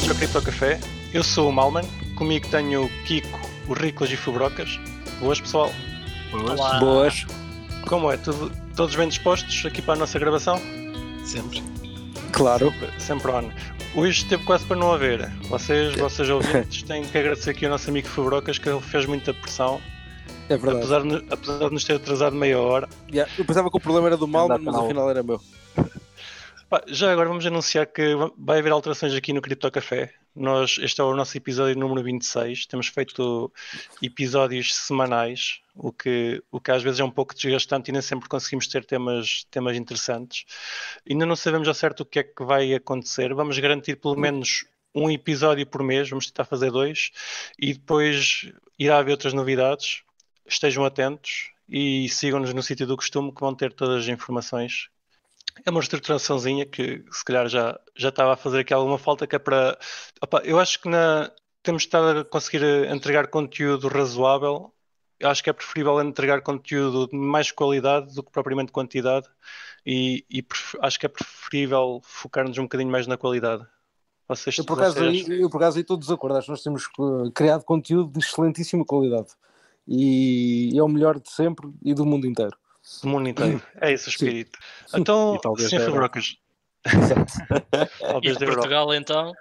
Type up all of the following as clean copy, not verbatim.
bem-vindos ao Cripto Café. Eu sou o Malman, comigo tenho o Kiko, o Riclas e o Fubrocas. Boas, pessoal. Olá. Boas. Como é? Todos bem dispostos aqui para a nossa gravação? Sempre. Claro. Sempre on. Hoje esteve quase para não haver. Vocês ouvintes, têm que agradecer aqui ao nosso amigo Fubrocas, que ele fez muita pressão. É verdade. Apesar de nos ter atrasado meia hora. Eu pensava que o problema era do Malman, mas afinal era meu. Já agora vamos anunciar que vai haver alterações aqui no Cripto Café. Este é o nosso episódio número 26. Temos feito episódios semanais, o que às vezes é um pouco desgastante e nem sempre conseguimos ter temas interessantes. Ainda não sabemos ao certo o que é que vai acontecer. Vamos garantir pelo menos um episódio por mês, vamos tentar fazer 2, e depois irá haver outras novidades. Estejam atentos e sigam-nos no sítio do costume, que vão ter todas as informações. É uma reestruturaçãozinha que se calhar já estava a fazer aqui alguma falta, que é para... eu acho que temos estado a conseguir entregar conteúdo razoável. Eu acho que é preferível entregar conteúdo de mais qualidade do que propriamente quantidade, e acho que é preferível focar-nos um bocadinho mais na qualidade. Eu por acaso aí estou de desacordo. Acho que nós temos criado conteúdo de excelentíssima qualidade e é o melhor de sempre e do mundo inteiro. Do mundo inteiro. É esse o espírito. Sim. Então, Sr. Fubrocas. E de Portugal, então?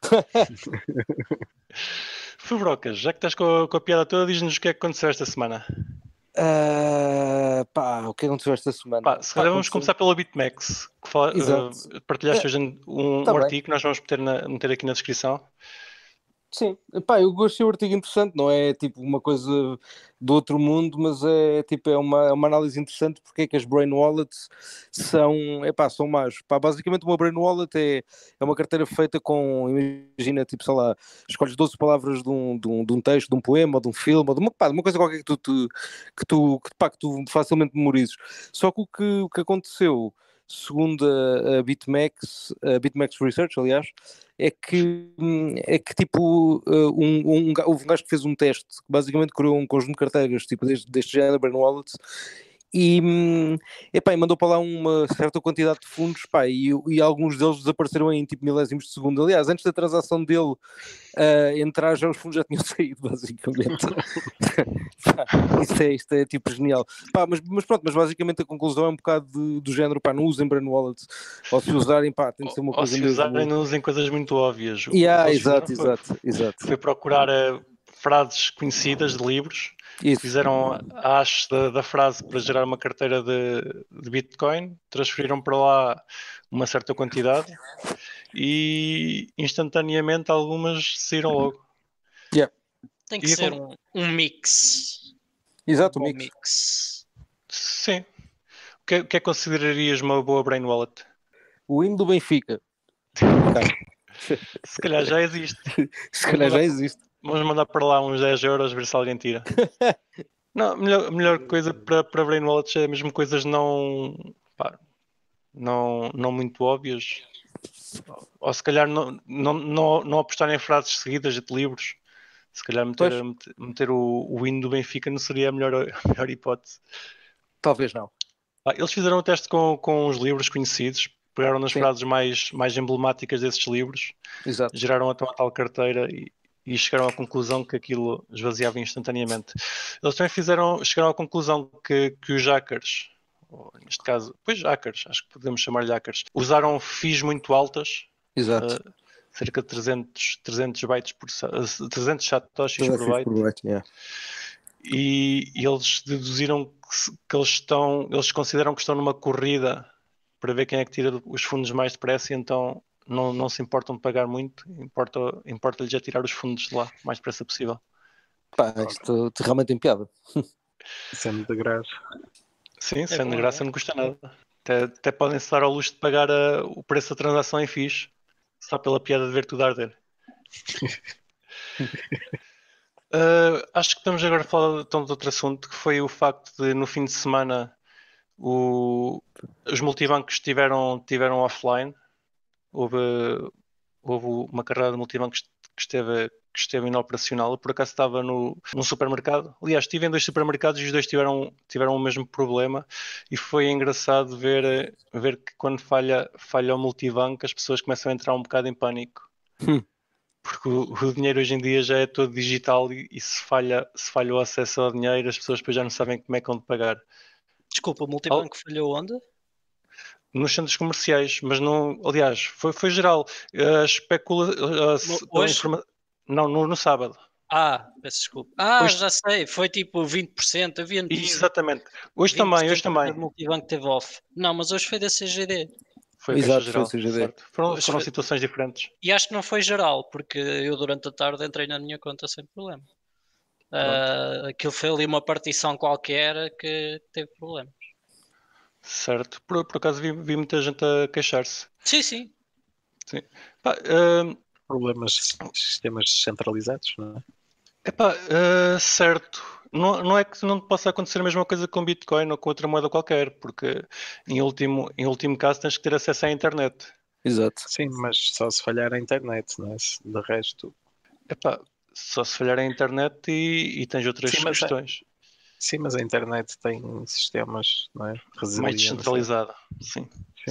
Fubrocas, já que estás com a piada toda, diz-nos o que é que aconteceu esta semana. O que aconteceu esta semana? Se calhar vamos começar pelo BitMEX. Partilhaste hoje um artigo que nós vamos meter aqui na descrição. Sim, eu gostei do artigo interessante, não é tipo uma coisa do outro mundo, mas é tipo uma análise interessante porque é que as Brain Wallets são más. Basicamente uma Brain Wallet é uma carteira feita com, imagina, tipo, sei lá, escolhes 12 palavras de um texto, de um poema, ou de um filme, ou de uma coisa qualquer que tu facilmente memorizes. Só que o que aconteceu, segundo a BitMEX Research, aliás, é que tipo, houve um gajo que fez um teste, que basicamente criou um conjunto de carteiras tipo deste género, Brain Wallets, e mandou para lá uma certa quantidade de fundos, e alguns deles desapareceram em tipo milésimos de segundo. Aliás, antes da transação dele entrar, já os fundos já tinham saído, basicamente. Isto é tipo genial. Mas basicamente a conclusão é um bocado do género, não usem Brain Wallets, ou se usarem, tem de ser uma coisa mesmo. Ou se usarem, não usem coisas muito óbvias. Exato. Foi procurar frases conhecidas de livros. Isso. Fizeram a hash da frase para gerar uma carteira de Bitcoin, transferiram para lá uma certa quantidade e instantaneamente algumas saíram logo. Tem que ser um mix. Exato, um mix. Sim. O que é que considerarias uma boa Brain Wallet? O hino do Benfica. Se calhar já existe. Vamos mandar para lá uns 10 euros, ver se alguém tira. Não, a melhor coisa para Brain Wallets é mesmo coisas não muito óbvias. Ou se calhar não apostar em frases seguidas de livros. Se calhar meter o hino do Benfica não seria a melhor hipótese. Talvez não. Eles fizeram o teste com os livros conhecidos, pegaram nas frases mais emblemáticas desses livros, exato, geraram a tal carteira e chegaram à conclusão que aquilo esvaziava instantaneamente. Eles também chegaram à conclusão que os hackers, ou neste caso, hackers, acho que podemos chamar-lhe hackers, usaram fees muito altas, cerca de 300 bytes 300 satoshis por byte. E eles deduziram que eles consideram que estão numa corrida para ver quem é que tira os fundos mais depressa, e então não se importam de pagar muito, importa-lhes já tirar os fundos de lá o mais depressa possível. Isto realmente tem piada. Sendo de graça. Sim, sendo de graça não custa nada. Até podem se dar ao luxo de pagar o preço da transação em FIIs, só pela piada de ver tudo arder. Acho que estamos agora a falar de outro assunto, que foi o facto de no fim de semana os multibancos estiveram offline. Houve uma carreira de multibancos que esteve inoperacional. Eu por acaso estava num supermercado. Aliás, estive em 2 supermercados e os 2 tiveram o mesmo problema, e foi engraçado ver que quando falha o multibanco as pessoas começam a entrar um bocado em pânico. Porque o dinheiro hoje em dia já é todo digital e se falha o acesso ao dinheiro, as pessoas depois já não sabem como é que vão de pagar. Desculpa, o multibanco falhou onde? Nos centros comerciais, mas não, aliás, foi geral. Especula, hoje? Não, no sábado. Peço desculpa. Hoje... já sei, foi tipo 20%, havia notícia. Exatamente. Hoje também. O multibanco teve off. Não, mas hoje foi da CGD. Foi Exato, geral. foi CGD. Foram situações diferentes. E acho que não foi geral, porque eu durante a tarde entrei na minha conta sem problema. Aquilo foi ali uma partição qualquer que teve problemas. Certo. Por acaso vi muita gente a queixar-se. Sim. Pá, Problemas de sistemas descentralizados, não é? Certo. Não é que não possa acontecer a mesma coisa com Bitcoin ou com outra moeda qualquer, porque em último caso tens que ter acesso à internet. Exato. Sim, mas só se falhar a internet, não é? De resto... Só se falhar a internet e tens outras questões. Sim, mas a internet tem sistemas, não é? Mais descentralizada. Sim.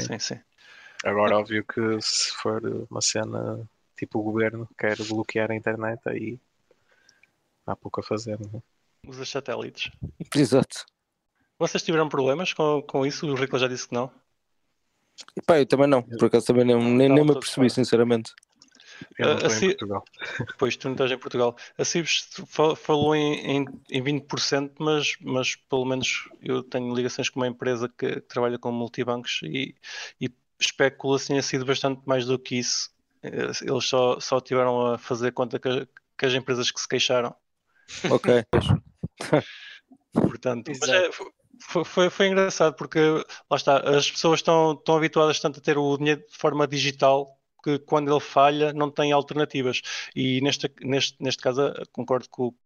Agora, óbvio que se for uma cena tipo o governo quer bloquear a internet, aí há pouco a fazer, não é? Usa satélites. Exato. Vocês tiveram problemas com isso? O Rico já disse que não. Eu também não. Por acaso também nem me apercebi, sinceramente. Eu não estou em Portugal. Pois, tu não estás em Portugal. A Cibes falou em 20%, mas pelo menos eu tenho ligações com uma empresa que trabalha com multibancos e especula-se que tenha sido bastante mais do que isso. Eles só tiveram a fazer conta que as empresas que se queixaram. Ok. Portanto, foi engraçado porque lá está, as pessoas estão habituadas tanto a ter o dinheiro de forma digital que quando ele falha não tem alternativas. E neste caso concordo com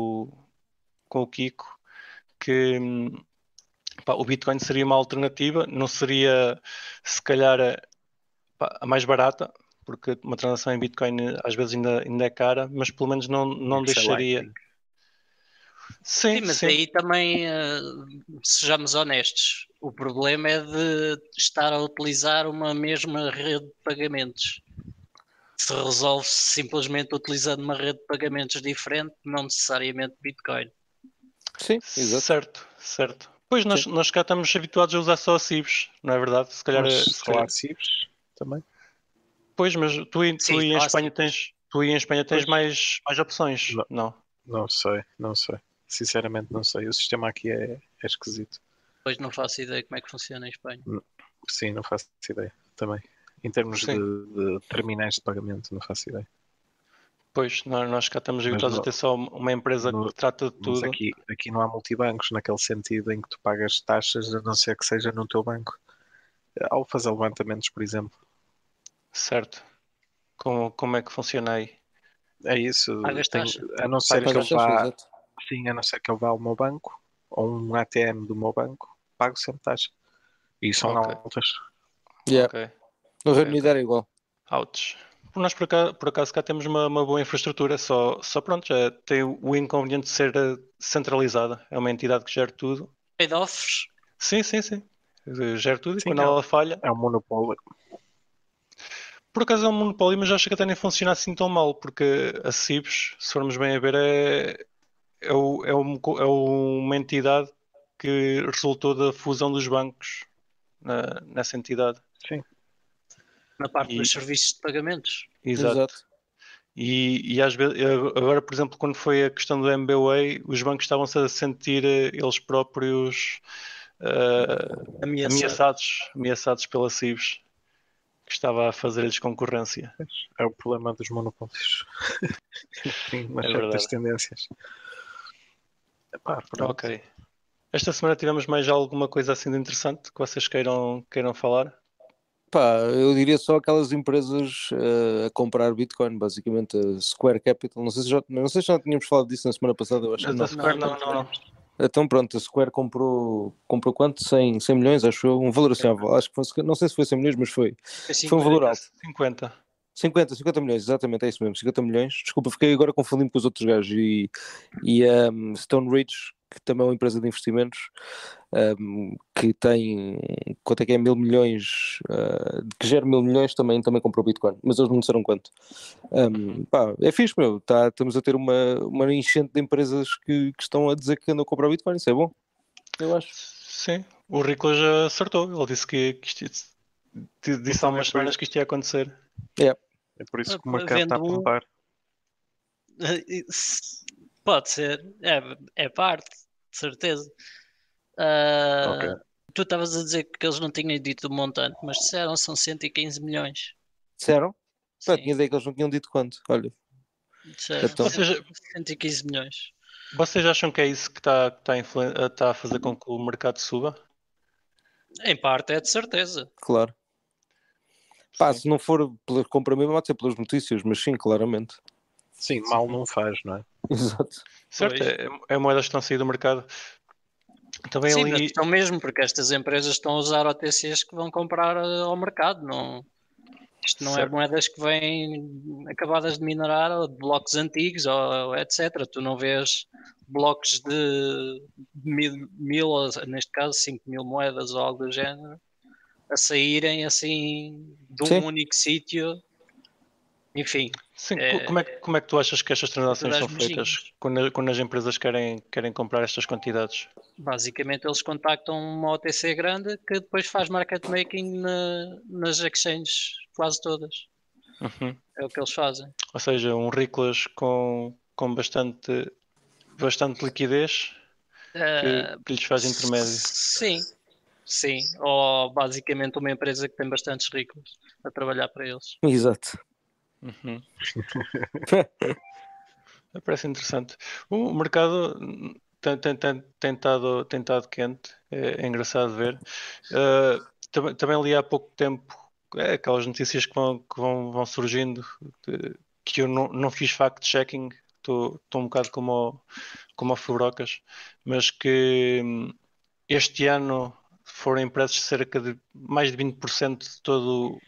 o Kiko que o Bitcoin seria uma alternativa, não seria se calhar a mais barata, porque uma transação em Bitcoin às vezes ainda é cara, mas pelo menos não deixaria. Sim, mas aí também, sejamos honestos, o problema é de estar a utilizar uma mesma rede de pagamentos. Se resolve simplesmente utilizando uma rede de pagamentos diferente, não necessariamente Bitcoin. Sim, exato. Certo. Pois nós cá estamos habituados a usar só a Cibes, não é verdade? Se calhar a Cibes também. Pois, mas tu em Espanha tens mais opções, não? Não sei. Sinceramente não sei. O sistema aqui é esquisito. Pois não faço ideia como é que funciona em Espanha. Sim, não faço ideia também. Em termos de terminais de pagamento, não faço ideia. Pois, nós cá estamos habituados a ter só uma empresa que trata de tudo. Mas aqui não há multibancos, naquele sentido em que tu pagas taxas, a não ser que seja no teu banco. Ao fazer levantamentos, por exemplo. Certo. Como é que funciona aí? É isso. A não ser que eu vá ao meu banco ou um ATM do meu banco, pago sempre taxa. E são altas. Yeah. No Reino Unido era igual. Ouch. Nós por acaso cá temos uma boa infraestrutura, só pronto, já tem o inconveniente de ser centralizada. É uma entidade que gera tudo. Trade-offs? Sim. Gera tudo e quando ela falha. É um monopólio. Por acaso é um monopólio, mas acho que até nem funciona assim tão mal, porque a Cibes, se formos bem a ver, é uma entidade que resultou da fusão dos bancos nessa entidade. Sim. Na parte dos serviços de pagamentos. Exato. E às vezes, agora, por exemplo, quando foi a questão do MBWay, os bancos estavam-se a sentir eles próprios ameaçados pela Cibes, que estava a fazer-lhes concorrência. É o problema dos monopólios. Tem umas certas tendências. Ok. Esta semana tivemos mais alguma coisa assim de interessante que vocês queiram falar? Eu diria só aquelas empresas a comprar Bitcoin, basicamente a Square Capital. Não sei se já tínhamos falado disso na semana passada. Eu acho que não. Square não. Então pronto, a Square comprou quanto? 100 milhões, acho eu. Um valor assim, acho que foi, não sei se foi 100 milhões, mas foi um valor alto. 50 milhões, exatamente, é isso mesmo, 50 milhões. Desculpa, fiquei agora confundindo com os outros gajos. E Stone Ridge que também é uma empresa de investimentos, que tem, quanto é que é, 1.000 milhões, que gera 1.000 milhões, também comprou Bitcoin, mas eles não disseram quanto. Pá, é fixe, meu, estamos a ter uma enchente de empresas que estão a dizer que andam a comprar Bitcoin, isso é bom, eu acho. Sim, o Rico já acertou, ele disse que isto disse há umas semanas que isto ia acontecer. É por isso que o mercado está a pumpar. Pode ser, é parte, de certeza. Ok. Tu estavas a dizer que eles não tinham dito o montante, mas disseram são 115 milhões. Disseram? Pá, Sim. tinha ideia que eles não tinham dito quanto, olha. Disseram, Então. 115 milhões. Vocês acham que é isso que está a fazer com que o mercado suba? Em parte é de certeza. Claro. Pá, Sim. se não for pela compra mesmo, pode ser pelas notícias, mas sim, claramente. Sim, mal não faz, não é? Exato. Certo, é moedas que estão a sair do mercado. Também Sim, ali... mas estão mesmo, porque estas empresas estão a usar OTCs que vão comprar ao mercado. Não, isto não Certo. é moedas que vêm acabadas de minerar ou de blocos antigos ou etc. Tu não vês blocos de mil, ou neste caso 5.000 moedas ou algo do género, a saírem assim de um Sim. único sítio. Enfim. Sim, como é que tu achas que estas transações são beijinhos. feitas quando as empresas querem comprar estas quantidades? Basicamente eles contactam uma OTC grande que depois faz market making nas exchanges quase todas. Uhum. É o que eles fazem. Ou seja, um Riclas com bastante liquidez que lhes faz intermédio. Sim. Ou basicamente uma empresa que tem bastantes ricos a trabalhar para eles. Exato. Uhum. Parece interessante. O mercado tem estado quente, é engraçado ver. Também li há pouco tempo aquelas notícias que vão surgindo, que eu não fiz fact-checking, estou um bocado como o Fubrocas, mas que este ano foram impressos cerca de mais de 20% de todo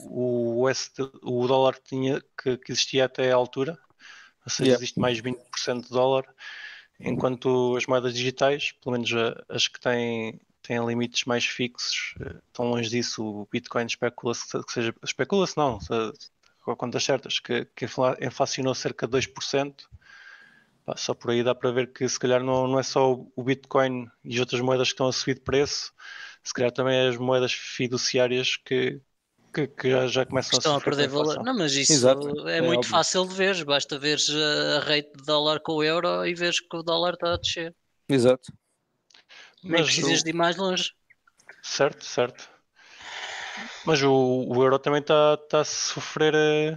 o dólar que existia até à altura. Ou seja, existe mais de 20% de dólar, enquanto as moedas digitais, pelo menos as que têm limites mais fixos, estão longe disso. O Bitcoin especula-se não, com contas certas, que inflacionou cerca de 2%. Só por aí dá para ver que se calhar não é só o Bitcoin e as outras moedas que estão a subir de preço, se calhar também as moedas fiduciárias que já começam Estão a a sofrer com a perder valor. inflação. Não, mas isso Exato. é muito fácil de ver. Basta ver a rate de dólar com o euro e vês que o dólar está a descer. Exato. Nem precisas de ir mais longe. Certo. Mas o euro também está a sofrer,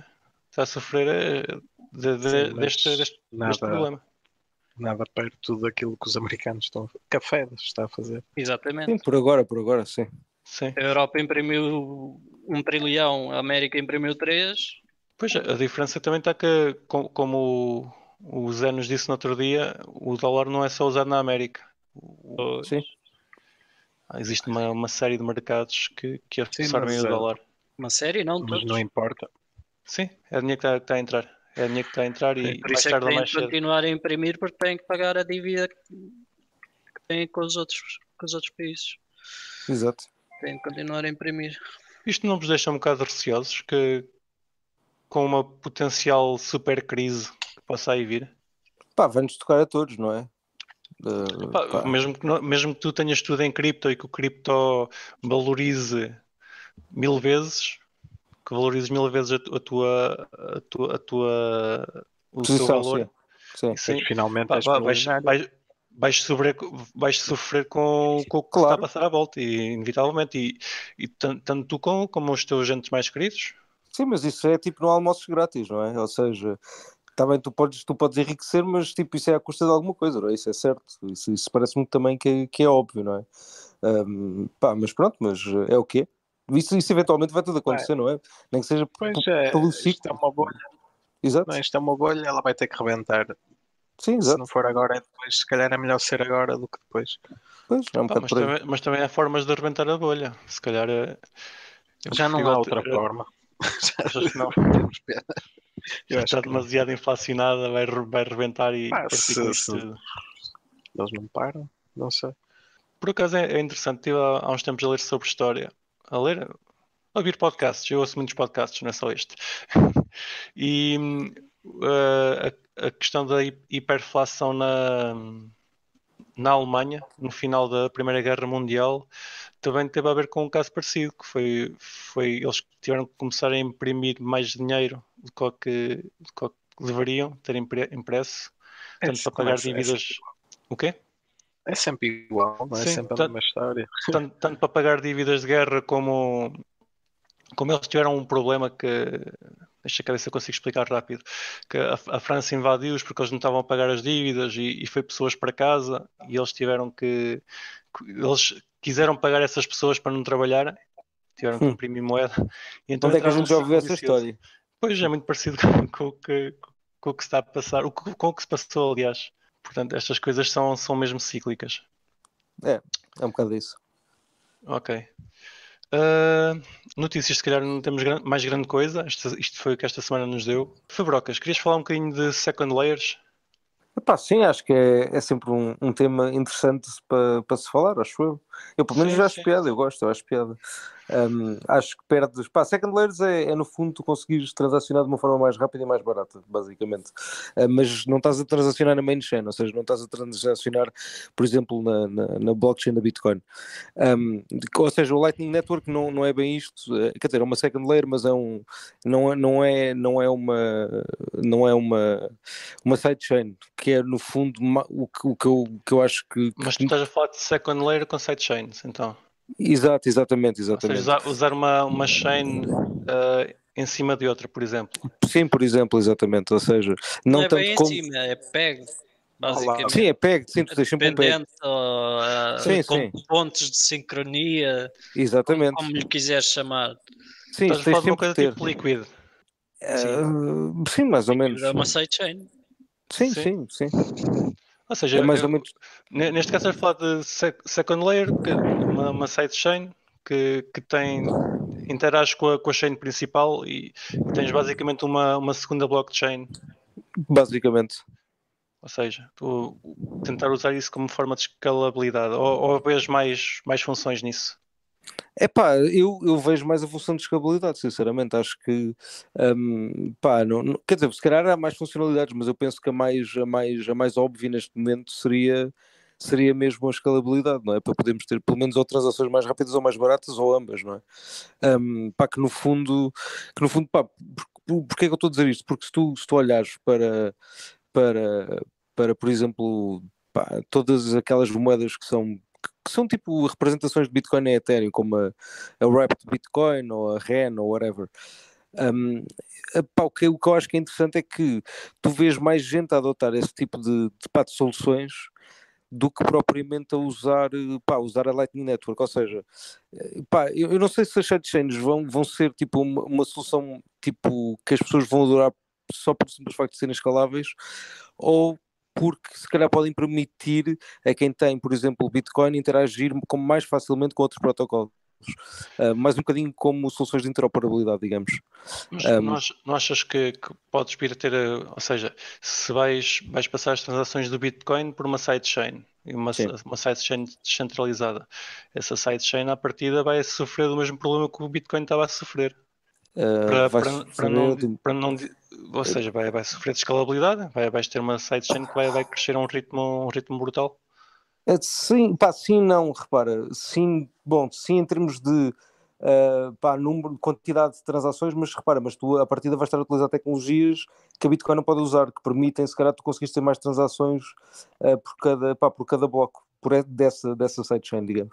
deste problema. Nada perto daquilo que os americanos que a Fed está a fazer. Exatamente. Sim, por agora, sim. A Europa imprimiu 1 trilhão, a América imprimiu 3. Pois, a diferença também está que, como o Zé nos disse no outro dia, o dólar não é só usado na América. Sim. Existe uma série de mercados que absorvem o dólar. Uma série, não Mas todos. não importa. Sim, é dinheiro que está a entrar. É dinheiro que está a entrar e Por mais isso é que tarde ou têm mais de cedo. continuar a imprimir porque têm que pagar a dívida que têm com os outros países. Exato. Têm de continuar a imprimir. Isto não vos deixa um bocado receosos que com uma potencial super crise que possa aí vir? Pá, vai-nos tocar a todos, não é? Mesmo que tu tenhas tudo em cripto e que o cripto valorize 1000 vezes, que valorizes 1000 vezes o seu valor, sim. sim, Finalmente és milionário. vais sofrer com o que se está a passar à volta, e inevitavelmente, e tanto tu como os teus agentes mais queridos. Sim, mas isso é tipo no almoços grátis, não é? Ou seja, está bem, tu podes enriquecer, mas tipo, isso é à custa de alguma coisa, não é? Isso é certo. Isso parece-me também que é óbvio, não é? Mas pronto, mas é o quê? Isso eventualmente vai tudo acontecer, não é? Nem que seja pelo ciclo. Isto é uma bolha. Exato. Não, isto é uma bolha, ela vai ter que rebentar. Sim, exato. Se não for agora, é depois. Se calhar é melhor ser agora do que depois. Pois, é um bocado por aí. Mas também há formas de arrebentar a bolha. Se calhar já não há outra forma. Achas que não? Já está demasiado inflacionada, vai rebentar e partir com isto tudo. Eles não param, não sei. Por acaso é interessante, estive há uns tempos a ler sobre história, a ouvir podcasts, eu ouço muitos podcasts, não é só este. E a questão da hiperflação na Alemanha, no final da Primeira Guerra Mundial, também teve a ver com um caso parecido, que foi eles tiveram que começar a imprimir mais dinheiro do que deveriam ter impresso, tanto para pagar dívidas. O quê? É sempre igual, não é? Sim, sempre a mesma história. Tanto para pagar dívidas de guerra como eles tiveram um problema que, deixa a ver se eu consigo explicar rápido, que a França invadiu-os porque eles não estavam a pagar as dívidas e foi pessoas para casa e eles tiveram eles quiseram pagar essas pessoas para não trabalharem, tiveram que imprimir moeda. E então onde é que a gente já ouviu essa história? Pois é, muito parecido com o que se está a passar, com o que se passou, aliás. Portanto, estas coisas são mesmo cíclicas. É um bocado isso. Ok. Notícias, se calhar não temos mais grande coisa. Isto foi o que esta semana nos deu. Fabrocas, querias falar um bocadinho de second layers? Epá, sim, acho que é sempre um tema interessante para se falar, acho eu. Eu pelo menos já acho piada, eu acho piada. Acho que perdes. Pá, second layers é no fundo tu conseguires transacionar de uma forma mais rápida e mais barata, basicamente. Mas não estás a transacionar na main chain, ou seja, não estás a transacionar, por exemplo, na blockchain da Bitcoin. Ou seja, o Lightning Network não é bem isto, quer dizer, é uma second layer, mas não é uma sidechain, que é no fundo o que eu acho que. Mas tu estás a falar de second layer com sidechains, então. Exatamente. Ou seja, usar uma chain em cima de outra, por exemplo. Sim, por exemplo, exatamente. Ou seja, não é tanto bem como. em cima, é peg, basicamente. Sim, é peg, sim, tu tens sempre um peg. Com pontos de sincronia, exatamente. como lhe quiseres chamar. Sim, estás a falar de uma coisa ter. tipo Liquid. Sim, mais ou menos. É uma sidechain. Sim. Ou seja, é mais ou menos. Neste caso, estás a falar de second layer, uma sidechain que interage com a chain principal e tens basicamente uma segunda blockchain. Basicamente. Ou seja, tu tentar usar isso como forma de escalabilidade ou vês mais funções nisso? Pá, eu vejo mais a função de escalabilidade, sinceramente. Acho que, pá, quer dizer, se calhar há mais funcionalidades, mas eu penso que a mais óbvia neste momento seria mesmo a escalabilidade, não é? Para podermos ter pelo menos ou transações mais rápidas ou mais baratas, ou ambas, não é? Pá, que no fundo, pá, porque é que eu estou a dizer isto? Porque se tu olhares para, por exemplo, pá, todas aquelas moedas que são tipo representações de Bitcoin e Ethereum, como a Wrapped Bitcoin ou a REN ou whatever. Pá, o que eu acho que é interessante é que tu vês mais gente a adotar esse tipo de soluções do que propriamente a usar a Lightning Network. Ou seja, pá, eu não sei se as sidechains vão ser tipo uma solução tipo, que as pessoas vão adorar só por simples facto de serem escaláveis, ou porque se calhar podem permitir a quem tem, por exemplo, Bitcoin interagir mais facilmente com outros protocolos. Mais um bocadinho como soluções de interoperabilidade, digamos. Mas não achas que podes vir a ter, ou seja, se vais passar as transações do Bitcoin por uma sidechain, uma sidechain descentralizada, essa sidechain à partida vai sofrer do mesmo problema que o Bitcoin estava a sofrer. Para não, ou seja, vai sofrer de escalabilidade, vais ter uma sidechain que vai crescer a um ritmo brutal. Sim, pá, sim, não, repara, sim, bom, sim em termos de número, quantidade de transações, mas repara, mas tu a partida vais estar a utilizar tecnologias que a Bitcoin não pode usar, que permitem, se calhar, tu conseguires ter mais transações por cada bloco, dessa sidechain, digamos.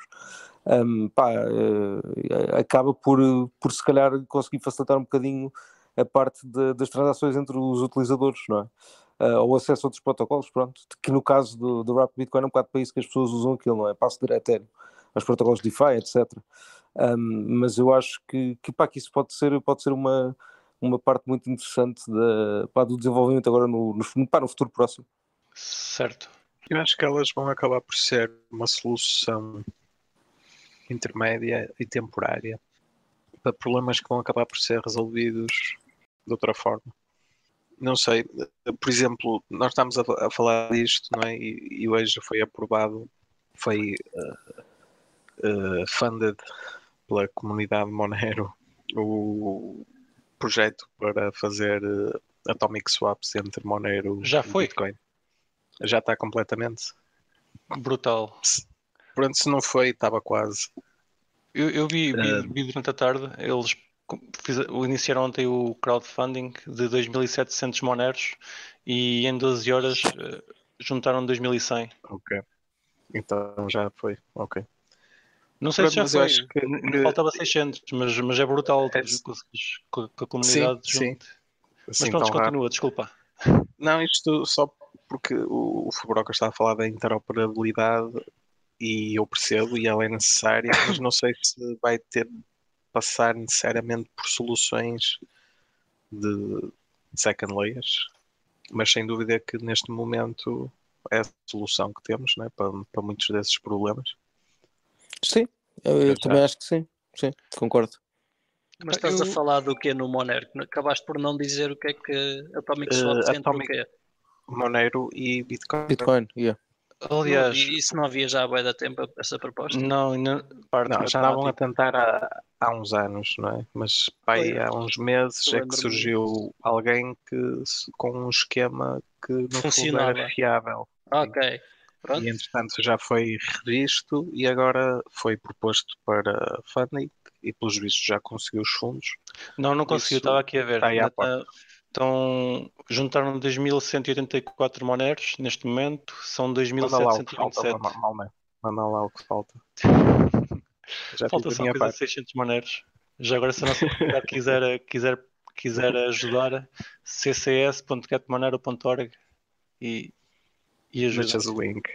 Acaba por se calhar conseguir facilitar um bocadinho a parte das transações entre os utilizadores, não é? Ou acesso a outros protocolos, pronto, que no caso do Wrapped Bitcoin é um bocado para isso que as pessoas usam aquilo, não é? Passo direto aos protocolos DeFi, etc. Mas eu acho que isso pode ser uma parte muito interessante do desenvolvimento agora no futuro próximo. Certo. Eu acho que elas vão acabar por ser uma solução intermédia e temporária para problemas que vão acabar por ser resolvidos de outra forma. Não sei, por exemplo, nós estamos a falar disto, não é? E hoje foi aprovado, foi funded pela comunidade Monero o projeto para fazer atomic swaps entre Monero Já e foi? Bitcoin. Já está completamente. Brutal. Pronto, se não foi, estava quase. Eu vi durante a tarde, eles iniciaram ontem o crowdfunding de 2.700 Moneros e em 12 horas juntaram 2.100. Ok. Então já foi, ok. Não sei Pronto, se já mas eu foi, acho que ainda faltava 600, mas é brutal É- que a sim, comunidade sim, junte. Mas assim pronto, tão rápido. continua, desculpa. Não, isto só porque o Fubroca está a falar da interoperabilidade e eu percebo e ela é necessária, mas não sei se vai ter de passar necessariamente por soluções de second layers, mas sem dúvida que neste momento é a solução que temos, né, para muitos desses problemas. Sim, eu também acho que sim. Sim, concordo. Mas estás a falar do que no Monero? Acabaste por não dizer o que é que Atomic Swaps entre o quê? Monero e Bitcoin. Bitcoin, yeah. Aliás, isso não havia já há bué da tempo essa proposta? não, Já andavam a tentar há uns anos, não é? Mas pai, há uns meses é que surgiu alguém com um esquema que no fundo era fiável. Ok. Pronto. E entretanto já foi revisto e agora foi proposto para funding e pelos vistos já conseguiu os fundos. Não conseguiu, estava aqui a ver. Está aí à porta. Então, juntaram 2.184 Moneros neste momento, são 2.727. Manda lá o que falta. Já Falta só coisa de 600 Moneros. Já agora, se a nossa comunidade quiser ajudar, ccs.getmonero.org e ajuda. Deixas o link.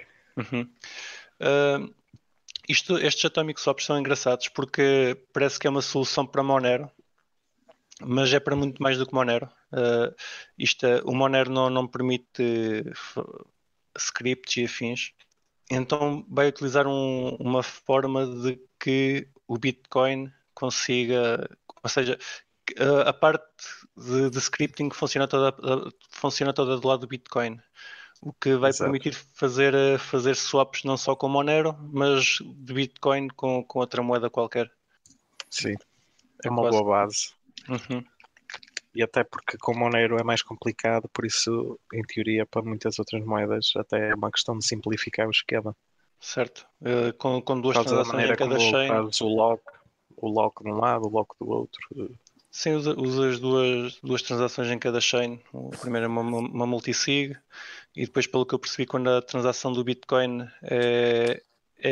Estes Atomic Swaps são engraçados porque parece que é uma solução para Monero, mas é para muito mais do que Monero. O Monero não permite scripts e afins, então vai utilizar uma forma de que o Bitcoin consiga, ou seja, a parte de scripting funciona toda do lado do Bitcoin, o que vai permitir fazer swaps não só com Monero, mas de Bitcoin com outra moeda qualquer. Sim, é uma boa base. E até porque com Monero é mais complicado, por isso, em teoria, para muitas outras moedas, até é uma questão de simplificar o esquema. Certo. Com duas transações em cada chain. Fazes o lock de um lado, o lock do outro. Sim, usas duas transações em cada chain. O primeiro é uma multisig e depois, pelo que eu percebi, quando a transação do Bitcoin é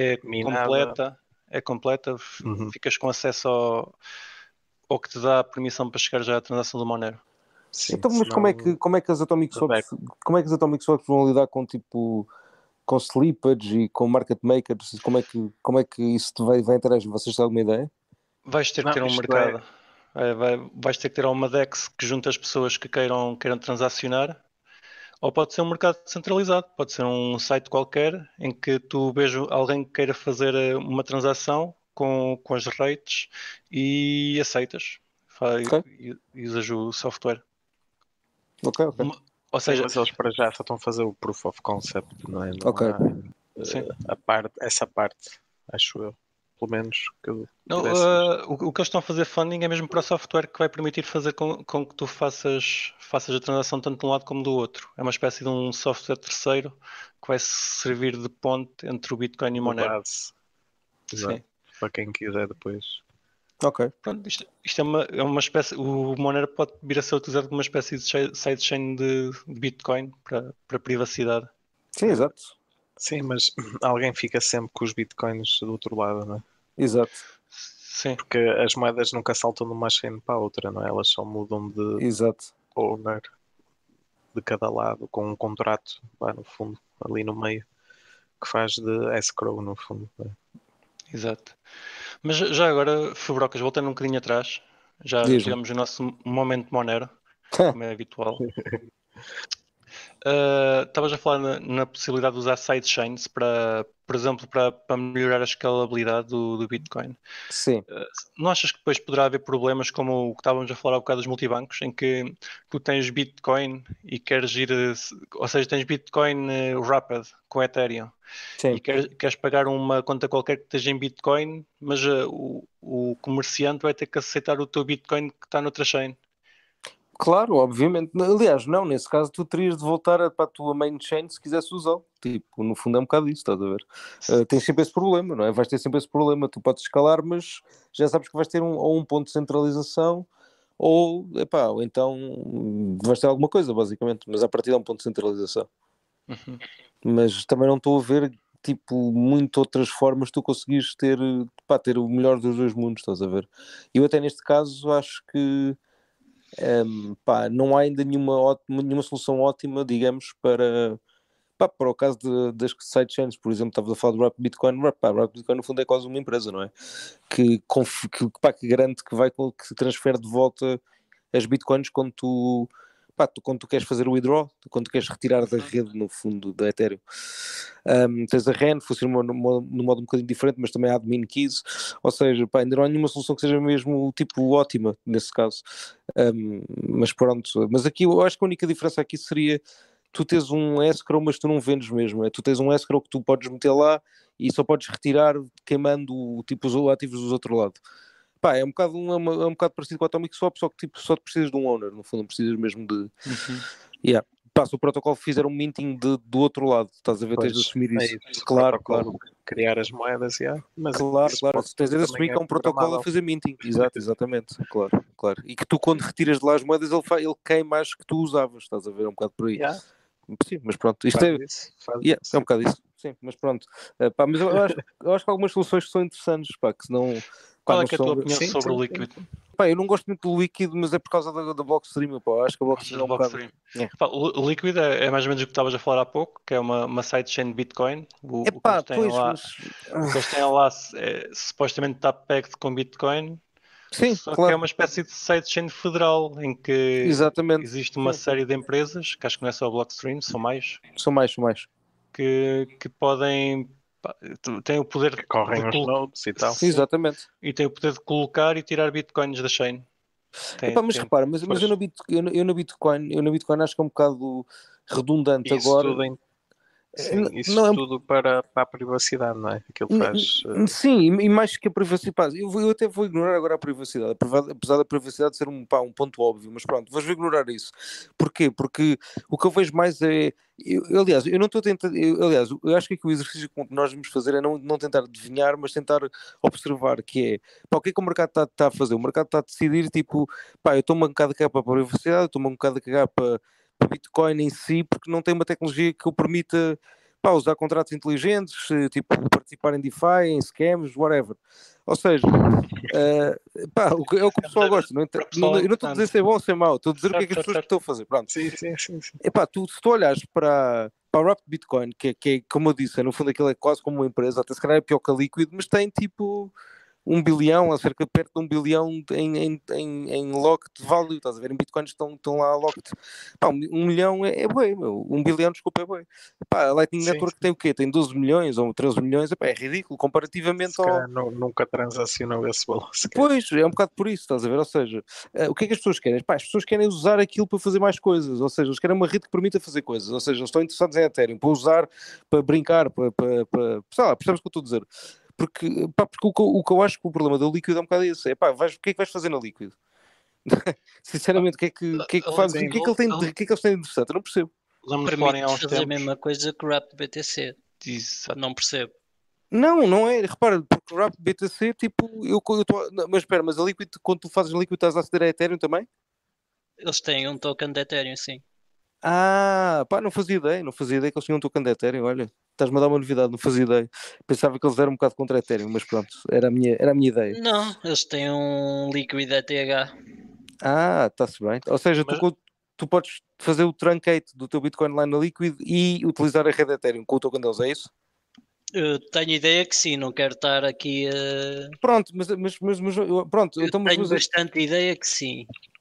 completa, ficas com acesso ao que te dá a permissão para chegar já à transação do Monero. Sim, então, mas como é que as Atomic Swaps vão lidar com com slippage e com market makers? Como é que isso vai interagir? Vocês têm alguma ideia? Vais ter que ter um mercado. Vais ter que ter uma DEX que junta as pessoas que queiram transacionar, ou pode ser um mercado descentralizado, pode ser um site qualquer em que tu vejas alguém que queira fazer uma transação com as rates e aceitas. E usas o software. Ok. Ou seja, mas eles para já só estão a fazer o proof of concept, não é? Não há, essa parte, acho eu. Pelo menos que eu o que eles estão a fazer funding é mesmo para o software que vai permitir fazer com que tu faças a transação tanto de um lado como do outro. É uma espécie de um software terceiro que vai servir de ponte entre o Bitcoin e o Monero. Base. Exato. Para quem quiser depois. Ok. Pronto, isto é uma espécie. O Monero pode vir a ser utilizado como uma espécie de sidechain de Bitcoin para privacidade. Sim, exato. Sim, mas alguém fica sempre com os bitcoins do outro lado, não é? Exato. Sim. Porque as moedas nunca saltam de uma chain para a outra, não é? Elas só mudam de owner de cada lado, com um contrato lá no fundo, ali no meio, que faz de escrow no fundo. Não é? Exato. Mas já agora, Fubrocas, voltando um bocadinho atrás, já tivemos o nosso momento Monero, como é habitual. Estavas a falar na possibilidade de usar sidechains para, por exemplo, para melhorar a escalabilidade do Bitcoin. Sim. Não achas que depois poderá haver problemas como o que estávamos a falar há bocado dos multibancos, em que tu tens Bitcoin e queres ir, ou seja, tens Bitcoin Rapid com Ethereum Sim. e queres pagar uma conta qualquer que esteja em Bitcoin, mas o comerciante vai ter que aceitar o teu Bitcoin que está noutra chain. Claro, obviamente. Aliás, não, nesse caso tu terias de voltar para a tua main chain se quisesse usá-lo. Tipo, no fundo é um bocado isso, estás a ver? Tens sempre esse problema, não é? Vais ter sempre esse problema. Tu podes escalar, mas já sabes que vais ter ou um ponto de centralização ou então vais ter alguma coisa, basicamente. Mas a partir de um ponto de centralização. Uhum. Mas também não estou a ver, tipo, muito outras formas de tu conseguires ter o melhor dos dois mundos, estás a ver? Eu até neste caso acho que não há ainda nenhuma solução ótima, digamos, para o caso das sidechains. Por exemplo, estavas a falar do Rapid Bitcoin. Rapid Bitcoin no fundo é quase uma empresa, não é? Que garante que transfere de volta as bitcoins quando tu queres fazer o withdraw, quando tu queres retirar da rede, no fundo, da Ethereum. Tens a REN, funciona num modo um bocadinho diferente, mas também há admin keys, ou seja, ainda não há nenhuma solução que seja mesmo, tipo, ótima, nesse caso. Mas pronto, mas aqui eu acho que a única diferença aqui seria tu tens um escrow, mas tu não vendes mesmo, tu tens um escrow que tu podes meter lá e só podes retirar queimando tipo, os ativos do outro lado. É um bocado parecido com a Atomic Swap, só que tipo, só te precisas de um owner, no fundo, não precisas mesmo de... Yeah. Se o protocolo fizer um minting do outro lado, estás a ver, tens de assumir isso. Claro. Criar as moedas, mas claro. Tens de assumir que é um protocolo a fazer minting. Exatamente, claro. E que tu, quando retiras de lá as moedas, ele queima as que tu usavas, estás a ver, é um bocado por aí. Sim, mas pronto, isto é um bocado isso. Sim, mas pronto. Mas eu acho que algumas soluções são interessantes, que senão... Qual é que é a tua opinião sobre o Liquid? Eu não gosto muito do Liquid, mas é por causa da Blockstream. Acho que a Blockstream é um bocado... O Liquid é mais ou menos o que estavas a falar há pouco, que é uma sidechain de Bitcoin. O que eles têm lá supostamente está pegged com Bitcoin. Sim, só que é uma espécie de sidechain federal em que existe uma série de empresas, que acho que não é só a Blockstream, são mais. São mais. Que podem... Tem o poder de correm os nodes e tal. Sim, exatamente. E tem o poder de colocar e tirar bitcoins da chain. Mas repara, mas eu na Bitcoin acho que é um bocado redundante isso agora. Tudo para a privacidade, não é? Aquilo faz... Sim, e mais que a privacidade. Eu até vou ignorar agora a privacidade, apesar da privacidade ser um ponto óbvio, mas pronto, vou ignorar isso. Porquê? Porque o que eu vejo mais é... Aliás, eu não estou a tentar... eu acho que o exercício que nós vamos fazer é não tentar adivinhar, mas tentar observar, que é... o que é que o mercado está a fazer? O mercado está a decidir, tipo... eu estou-me um bocado a cagar para a privacidade, estou-me um bocado a cagar para Bitcoin em si, porque não tem uma tecnologia que o permita usar contratos inteligentes, tipo participar em DeFi, em scams, whatever. Ou seja, é o que o pessoal gosta. Eu não estou a dizer se é bom ou se é mau, estou a dizer o que é que as pessoas estão a fazer. Pronto. Sim. Se tu olhares para o Rapid Bitcoin, que é, como eu disse, no fundo aquilo é quase como uma empresa, até se calhar é pior que a Liquid, mas tem tipo 1 bilhão, cerca de perto de 1 bilhão em locked value, estás a ver? Em bitcoins estão lá locked. 1 milhão é bué, 1 bilhão, desculpa, é bué. A Lightning Network tem o quê? Tem 12 milhões ou 13 milhões, é ridículo comparativamente ao... Nunca transacionou esse valor. Pois, é um bocado por isso, estás a ver? Ou seja, o que é que as pessoas querem? As pessoas querem usar aquilo para fazer mais coisas, ou seja, eles querem uma rede que permita fazer coisas, ou seja, eles estão interessados em Ethereum, para usar, para brincar, sei lá, percebes o que eu estou a dizer? Porque o que eu acho que o problema da Liquid é um bocado isso. O que é que vais fazer na Liquid? Sinceramente, o que é que fazes? O que é que eles têm de interessante? Eu não percebo. Permite fazer a mesma coisa que o Rapid BTC. Não percebo. Não é. Repara, porque o Rapid BTC, tipo, mas espera, mas a Liquid, quando tu fazes a Liquid, estás a aceder a Ethereum também? Eles têm um token de Ethereum, sim. Não fazia ideia que eles tinham um token de Ethereum, olha. Estás-me a dar uma novidade, não fazia ideia. Pensava que eles eram um bocado contra Ethereum, mas pronto, era a minha ideia. Não, eles têm um Liquid ETH. Está-se bem. Ou seja, tu podes fazer o truncate do teu Bitcoin lá na Liquid e utilizar a rede Ethereum com o token deles, é isso? Eu tenho ideia que sim, não quero estar aqui a... Pronto, mas pronto. Tenho bastante ideia que sim.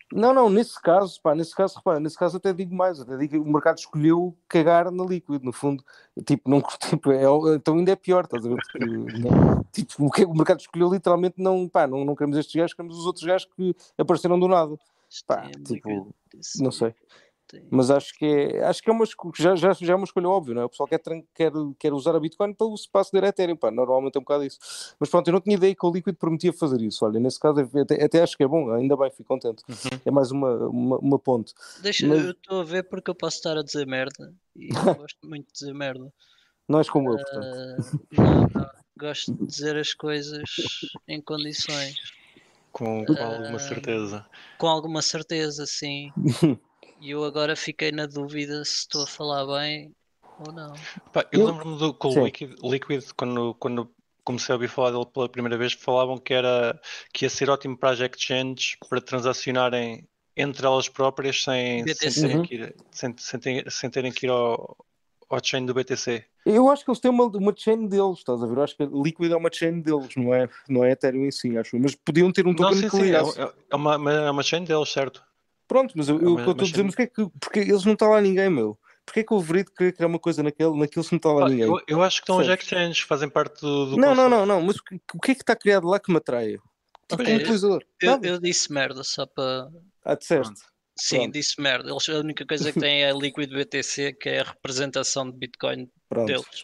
Não, nesse caso, repara, nesse caso até digo mais, até digo que o mercado escolheu cagar na Liquid, no fundo, tipo, não, tipo, então ainda é pior, estás a ver, porque, não, tipo, o mercado escolheu literalmente não queremos estes gajos, queremos os outros gajos que apareceram do nada, pá, tipo, não sei. Mas acho que é já é uma escolha óbvia, não é? O pessoal quer usar a Bitcoin para o espaço de Ethereum, pá, normalmente é um bocado isso. Mas pronto, eu não tinha ideia que o Liquid permitia fazer isso. Olha, nesse caso até acho que é bom, ainda bem, fico contente. É mais uma ponte. Eu estou a ver porque eu posso estar a dizer merda e eu gosto muito de dizer merda. Não és como eu, portanto. Não, gosto de dizer as coisas em condições. Com alguma certeza. Com alguma certeza, sim. E eu agora fiquei na dúvida se estou a falar bem ou não. Pá, eu lembro-me do com o Liquid quando comecei a ouvir falar dele pela primeira vez, falavam que ia ser ótimo para as exchanges para transacionarem entre elas próprias sem terem que ir ao chain do BTC. Eu acho que eles têm uma chain deles, estás a ver? Eu acho que a Liquid é uma chain deles, não é Ethereum em si, acho. Mas podiam ter um token que ligasse. É uma chain deles, certo? Pronto, mas o que eu estou a dizer, mas porque eles não está lá ninguém, meu. Porquê que o verídico queria criar uma coisa naquilo se não está lá ninguém? Eu acho que estão as exchanges, fazem parte do Não, mas o que é que está criado lá que me atraia? Tipo, como utilizador. Eu disse merda só para... disseste? Sim, Pronto. disse merda. Eles, a única coisa que têm é a Liquid BTC, que é a representação de Bitcoin deles.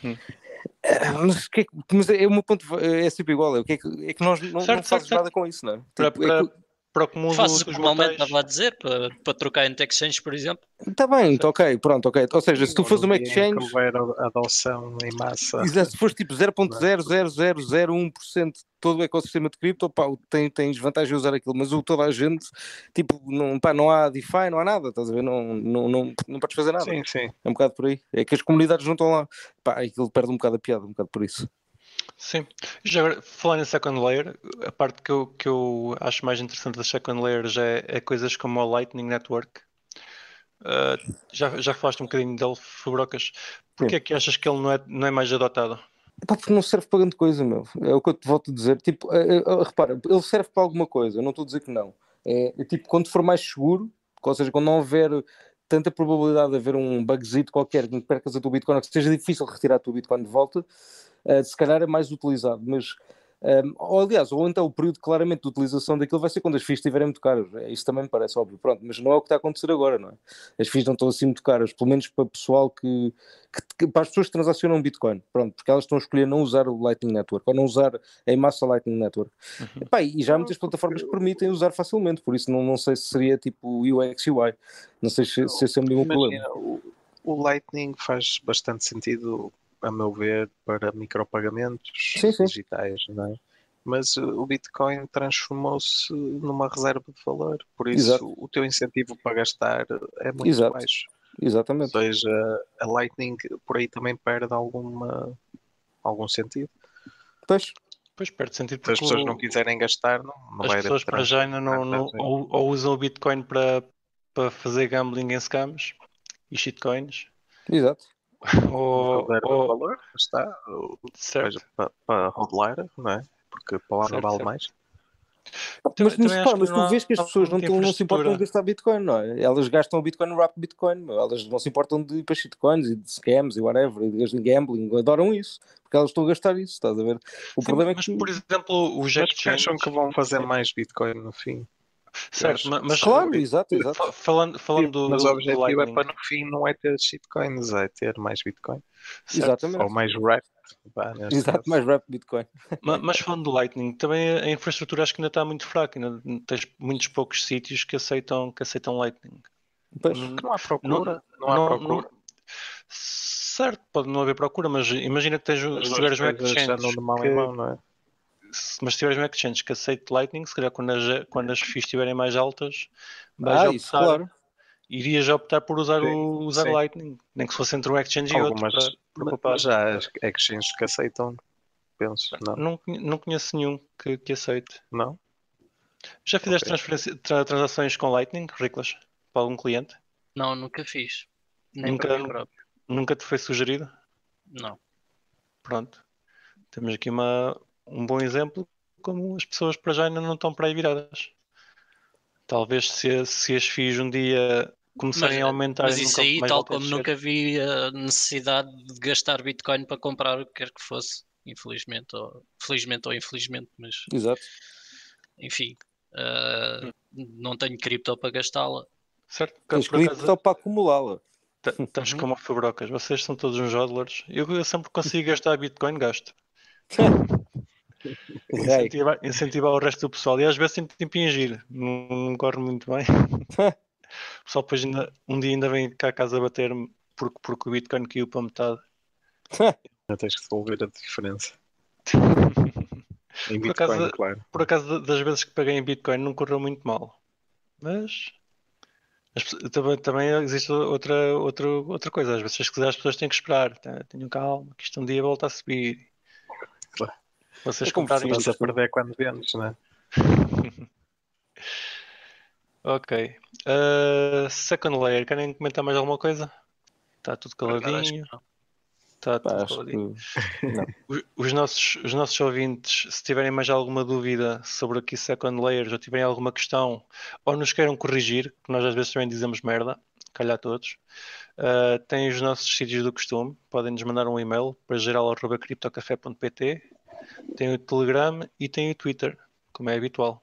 Mas é o meu ponto, é sempre igual. É que nós não fazemos nada com isso, não é? Para o comum Fazes o que normalmente estava a dizer, para trocar entre exchanges, por exemplo. Está bem, ok. Ou seja, se tu fores uma exchange... Se houver adoção em massa... Se fores tipo 0.00001% de todo o ecossistema de cripto, pá, tens vantagem em usar aquilo, mas toda a gente, tipo, não há DeFi, não há nada, estás a ver? Não podes fazer nada. Sim. É um bocado por aí. É que as comunidades não estão lá. Pá, aquilo perde um bocado a piada, um bocado por isso. Sim. Já agora, falando em second layer, a parte que eu acho mais interessante da second layer já é coisas como a Lightning Network. Já falaste um bocadinho dele, Fubrocas. Porquê é que achas que ele não é mais adotado? Pá, porque não serve para grande coisa, meu. É o que eu te volto a dizer. Tipo, repara, ele serve para alguma coisa, eu não estou a dizer que não. É tipo, quando for mais seguro, ou seja, quando não houver tanta probabilidade de haver um bugzito qualquer que percas a tua Bitcoin, ou que seja difícil retirar a tua Bitcoin de volta, se calhar é mais utilizado, mas ou então o período claramente de utilização daquilo vai ser quando as FIIs estiverem muito caras. Isso também me parece óbvio, pronto, mas não é o que está a acontecer agora, não é? As FIIs não estão assim muito caras, pelo menos para o pessoal para as pessoas que transacionam Bitcoin, pronto, porque elas estão a escolher não usar o Lightning Network ou não usar em massa Lightning Network. Epá, e já há muitas plataformas que permitem usar facilmente, por isso não sei se seria tipo UX UI, não sei se esse é o mesmo problema. O Lightning faz bastante sentido, a meu ver, para micropagamentos digitais, não é? Mas o Bitcoin transformou-se numa reserva de valor, por isso o teu incentivo para gastar é muito baixo. Exatamente. Ou seja, a Lightning por aí também perde algum sentido. Pois perde sentido. Se as pessoas não quiserem gastar, não vai haver. As pessoas para já ainda ou usam o Bitcoin para fazer gambling em scams e shitcoins. Exato. Ou valor, está. Seja para hodler, não é? Porque a palavra vale mais. Mas tu vês que as pessoas não se importam de gastar Bitcoin, não é? Elas gastam o Bitcoin no rap Bitcoin, elas não se importam de ir para shitcoins e de scams e whatever, e de gambling, adoram isso, porque elas estão a gastar isso, estás a ver? O problema é que... por exemplo, os exchanges... acham que vão fazer mais Bitcoin no fim? Certo, mas claro, exato. Falando mas o objetivo Lightning, é para no fim não é ter shitcoins, é ter mais Bitcoin. Certo. Exatamente. Ou mais rap. Exato, mais rap Bitcoin. Mas falando do Lightning, também a infraestrutura acho que ainda está muito fraca, ainda tens muitos poucos sítios que aceitam Lightning. Pois. Não há procura. Não há procura. Certo, pode não haver procura, mas imagina que se tiveres um exchange não é? Mas se tiveres um exchange que aceite Lightning, se calhar quando as FIIs estiverem mais altas, irias optar por usar Lightning, nem que se fosse entre um exchange e outro. Mas já há exchanges que aceitam, penso. Não conheço nenhum que aceite. Não? Já fizeste transações com Lightning, Riclas, para algum cliente? Não, nunca fiz. Nem para mim próprio. Nunca te foi sugerido? Não. Pronto. Temos aqui um bom exemplo como as pessoas para já ainda não estão para aí viradas. Talvez se as FIIs um dia começarem a aumentar... Mas isso aí, tal como nunca vi a necessidade de gastar Bitcoin para comprar o que quer que fosse, felizmente ou infelizmente, mas... Exato. Enfim, não tenho cripto para gastá-la. Certo? Tens cripto para acumulá-la. Estamos como fubrocas. Vocês são todos uns hodlers. Eu sempre consigo gastar Bitcoin, gasto. Incentivar o resto do pessoal. E às vezes tento impingir. Não corre muito bem. O pessoal depois um dia ainda vem cá a casa bater-me porque o Bitcoin caiu para metade. Já tens que devolver a diferença. Em Bitcoin, claro. Por acaso, das vezes que paguei em Bitcoin não correu muito mal. Mas também existe outra coisa. Às vezes, se quiser, as pessoas têm que esperar. Tenham calma, que isto um dia volta a subir. Claro. Vocês comprarem isto a perder quando vendes, não é? Ok. Second layer, querem comentar mais alguma coisa? Está tudo caladinho. Está tudo caladinho. Os nossos ouvintes, se tiverem mais alguma dúvida sobre aqui second layers, ou tiverem alguma questão, ou nos queiram corrigir, que nós às vezes também dizemos merda, calhar todos, têm os nossos sítios do costume, podem nos mandar um e-mail para geral@criptocafé.pt, tem o Telegram e tem o Twitter, como é habitual.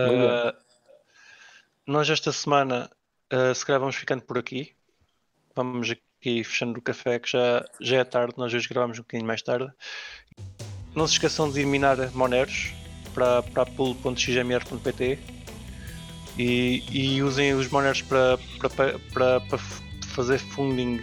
Nós esta semana, se calhar vamos ficando por aqui. Vamos aqui fechando o café, que já é tarde. Nós hoje gravamos um bocadinho mais tarde. Não se esqueçam de ir minar Moneros para pool.xmr.pt e usem os Moneros para fazer funding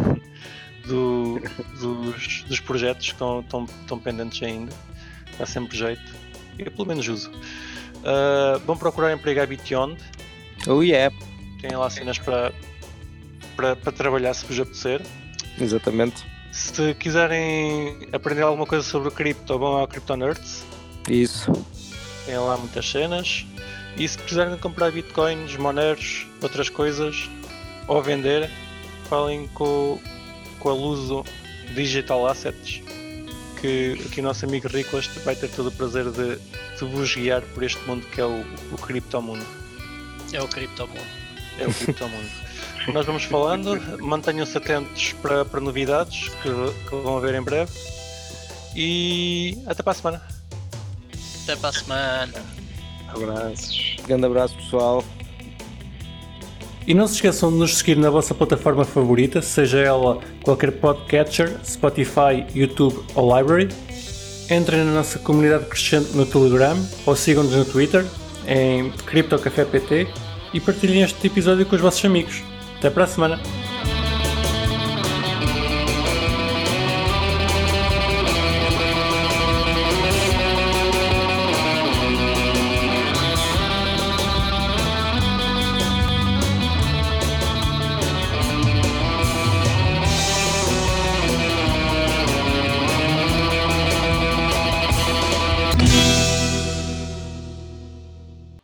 dos projetos que estão pendentes ainda. Dá sempre jeito. Eu pelo menos uso. Vão procurar emprego à Bityond. Oh yeah. Tem lá cenas para trabalhar se vos apetecer. Exatamente. Se quiserem aprender alguma coisa sobre o cripto, vão ao Crypto Nerds. Isso. Tem lá muitas cenas. E se quiserem comprar bitcoins, moneros, outras coisas, ou vender, falem com a Luso Digital Assets, que aqui o nosso amigo Ricolas vai ter todo o prazer de vos guiar por este mundo que é o criptomundo. É o criptomundo. É o criptomundo. Nós vamos falando, mantenham-se atentos para novidades que vão haver em breve e até para a semana. Até para a semana. Abraços. Grande abraço, pessoal. E não se esqueçam de nos seguir na vossa plataforma favorita, seja ela qualquer podcatcher, Spotify, YouTube ou Library. Entrem na nossa comunidade crescente no Telegram ou sigam-nos no Twitter em CryptoCafé PT e partilhem este episódio com os vossos amigos. Até para a semana!